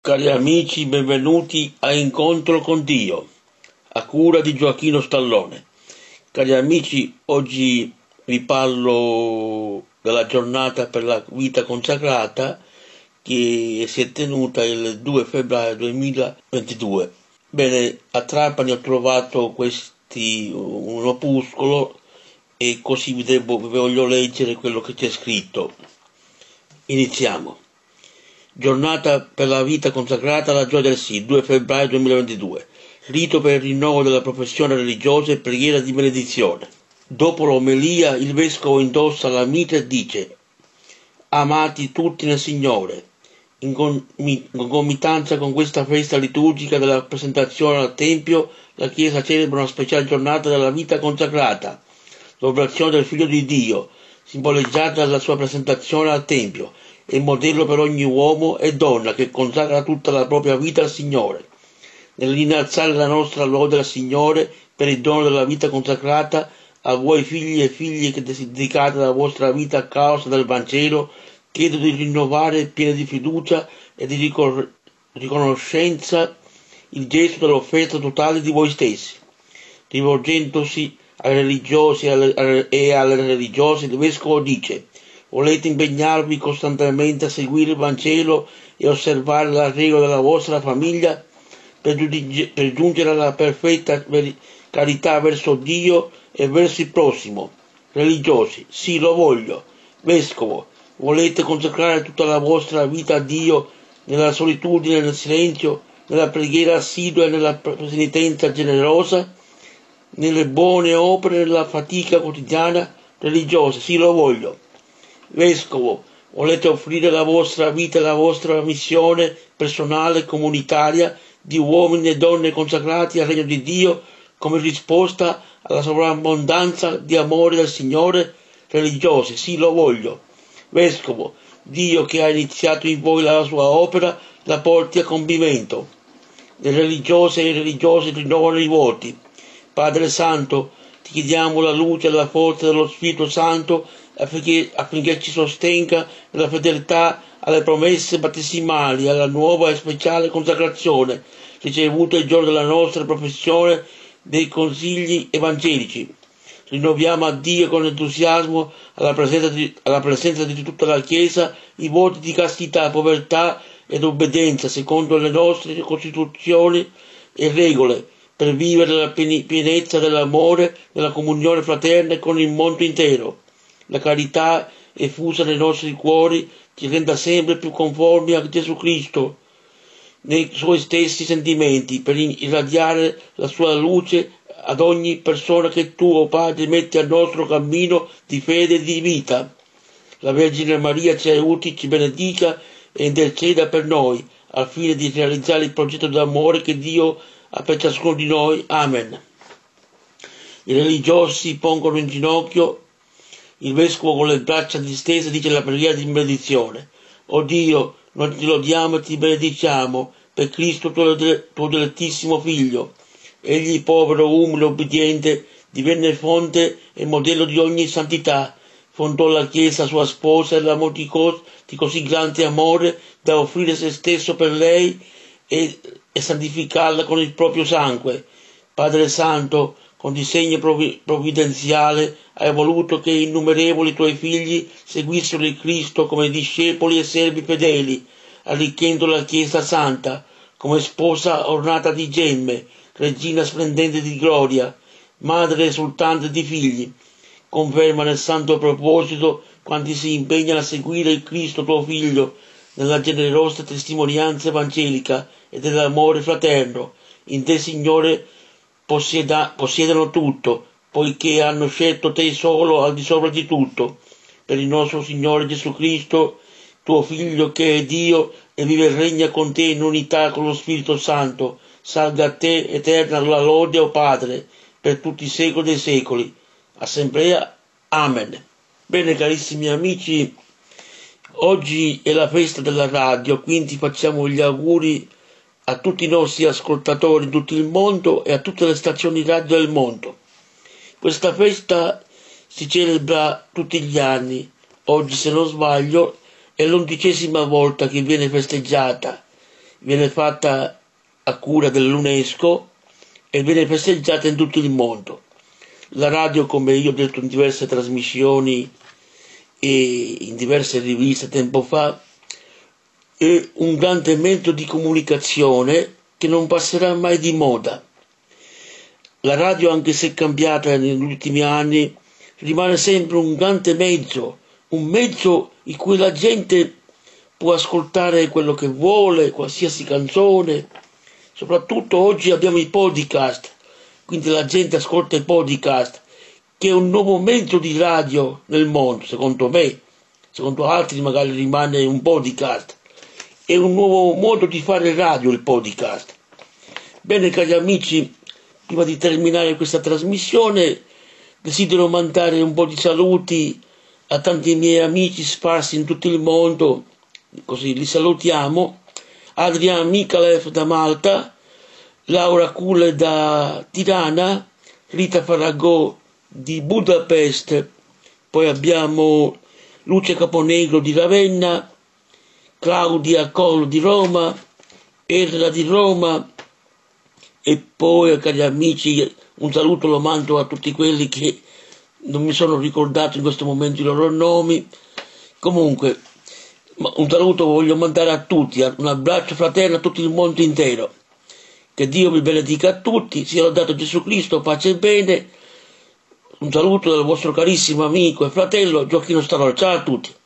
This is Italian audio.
Cari amici, benvenuti a Incontro con Dio, a cura di Gioacchino Stallone. Cari amici, oggi vi parlo della giornata per la vita consacrata che si è tenuta il 2 febbraio 2022. Bene, a Trapani ho trovato un opuscolo e così vi voglio leggere quello che c'è scritto. Iniziamo. Giornata per la vita consacrata alla gioia del sì, 2 febbraio 2022. Rito per il rinnovo della professione religiosa e preghiera di benedizione. Dopo l'omelia il vescovo indossa la mitra e dice: amati tutti nel Signore, in concomitanza con questa festa liturgica della presentazione al Tempio, la Chiesa celebra una speciale giornata della vita consacrata, l'oblazione del Figlio di Dio, simboleggiata dalla sua presentazione al Tempio, è il modello per ogni uomo e donna che consacra tutta la propria vita al Signore. Nell'innalzare la nostra lode al Signore per il dono della vita consacrata, a voi figli e figlie che dedicate la vostra vita a causa del Vangelo, chiedo di rinnovare piena di fiducia e di riconoscenza il gesto dell'offerta totale di voi stessi. Rivolgendosi ai religiosi e alle religiose, il Vescovo dice: volete impegnarvi costantemente a seguire il Vangelo e osservare la regola della vostra famiglia per giungere alla perfetta carità verso Dio e verso il prossimo. Religiosi, sì, lo voglio. Vescovo, volete consacrare tutta la vostra vita a Dio nella solitudine, nel silenzio, nella preghiera assidua e nella penitenza generosa, nelle buone opere, nella fatica quotidiana? Religiosi, sì, lo voglio. Vescovo, volete offrire la vostra vita e la vostra missione personale e comunitaria di uomini e donne consacrati al regno di Dio come risposta alla sovrabbondanza di amore del Signore? Religiosi, sì, lo voglio. Vescovo, Dio che ha iniziato in voi la sua opera la porti a compimento. Le religiose e i religiosi rinnovano i voti. Padre Santo, ti chiediamo la luce e la forza dello Spirito Santo affinché ci sostenga nella fedeltà alle promesse battesimali, alla nuova e speciale consacrazione ricevuta il giorno della nostra professione dei consigli evangelici. Rinnoviamo a Dio con entusiasmo, alla presenza di tutta la Chiesa, i voti di castità, povertà ed obbedienza secondo le nostre costituzioni e regole, per vivere la pienezza dell'amore, della comunione fraterna con il mondo intero. La carità effusa nei nostri cuori ci renda sempre più conformi a Gesù Cristo, nei suoi stessi sentimenti, per irradiare la sua luce ad ogni persona che tu, o Padre, metti al nostro cammino di fede e di vita. La Vergine Maria ci aiuti, ci benedica e interceda per noi, al fine di realizzare il progetto d'amore che Dio ha per ciascuno di noi. Amen. I religiosi si pongono in ginocchio, il Vescovo con le braccia distese dice la preghiera di benedizione. O Dio, noi ti lodiamo e ti benediciamo per Cristo tuo dilettissimo Figlio. Egli, povero, umile, obbediente, divenne fonte e modello di ogni santità. Fondò la Chiesa sua sposa e l'amò di così grande amore da offrire se stesso per lei e santificarla con il proprio sangue. Padre Santo, con disegno provvidenziale hai voluto che innumerevoli tuoi figli seguissero il Cristo come discepoli e servi fedeli, arricchendo la Chiesa Santa come sposa ornata di gemme, regina splendente di gloria, madre esultante di figli. Conferma nel santo proposito quanti si impegnano a seguire il Cristo tuo Figlio nella generosa testimonianza evangelica e dell'amore fraterno. In te, Signore, possiedono tutto, poiché hanno scelto te solo al di sopra di tutto. Per il nostro Signore Gesù Cristo, tuo Figlio che è Dio e vive e regna con te in unità con lo Spirito Santo, salga a te eterna la lode, o Padre, per tutti i secoli dei secoli. Assemblea. Amen. Bene, carissimi amici, oggi è la festa della radio, quindi facciamo gli auguri a tutti i nostri ascoltatori in tutto il mondo e a tutte le stazioni radio del mondo. Questa festa si celebra tutti gli anni. Oggi, se non sbaglio, è l'11ª volta che viene festeggiata viene fatta a cura dell'UNESCO e viene festeggiata in tutto il mondo. La radio, come io ho detto in diverse trasmissioni e in diverse riviste tempo fa, è un grande mezzo di comunicazione che non passerà mai di moda. La radio, anche se è cambiata negli ultimi anni, rimane sempre un grande mezzo, un mezzo in cui la gente può ascoltare quello che vuole, qualsiasi canzone. Soprattutto oggi abbiamo i podcast, quindi la gente ascolta i podcast, che è un nuovo mezzo di radio nel mondo, secondo me. Secondo altri magari rimane un podcast. È un nuovo modo di fare radio il podcast. Bene, cari amici, prima di terminare questa trasmissione desidero mandare un po' di saluti a tanti miei amici sparsi in tutto il mondo, così li salutiamo. Adrian Mikalev da Malta, Laura Cule da Tirana, Rita Faragò di Budapest, poi abbiamo Lucia Caponegro di Ravenna, Claudia Collo di Roma, Erla di Roma, e poi, cari amici, un saluto lo mando a tutti quelli che non mi sono ricordato in questo momento i loro nomi. Comunque, un saluto voglio mandare a tutti, un abbraccio fraterno a tutto il mondo intero. Che Dio vi benedica a tutti, sia lodato Gesù Cristo, pace e bene. Un saluto dal vostro carissimo amico e fratello Gioacchino Stallone. Ciao a tutti.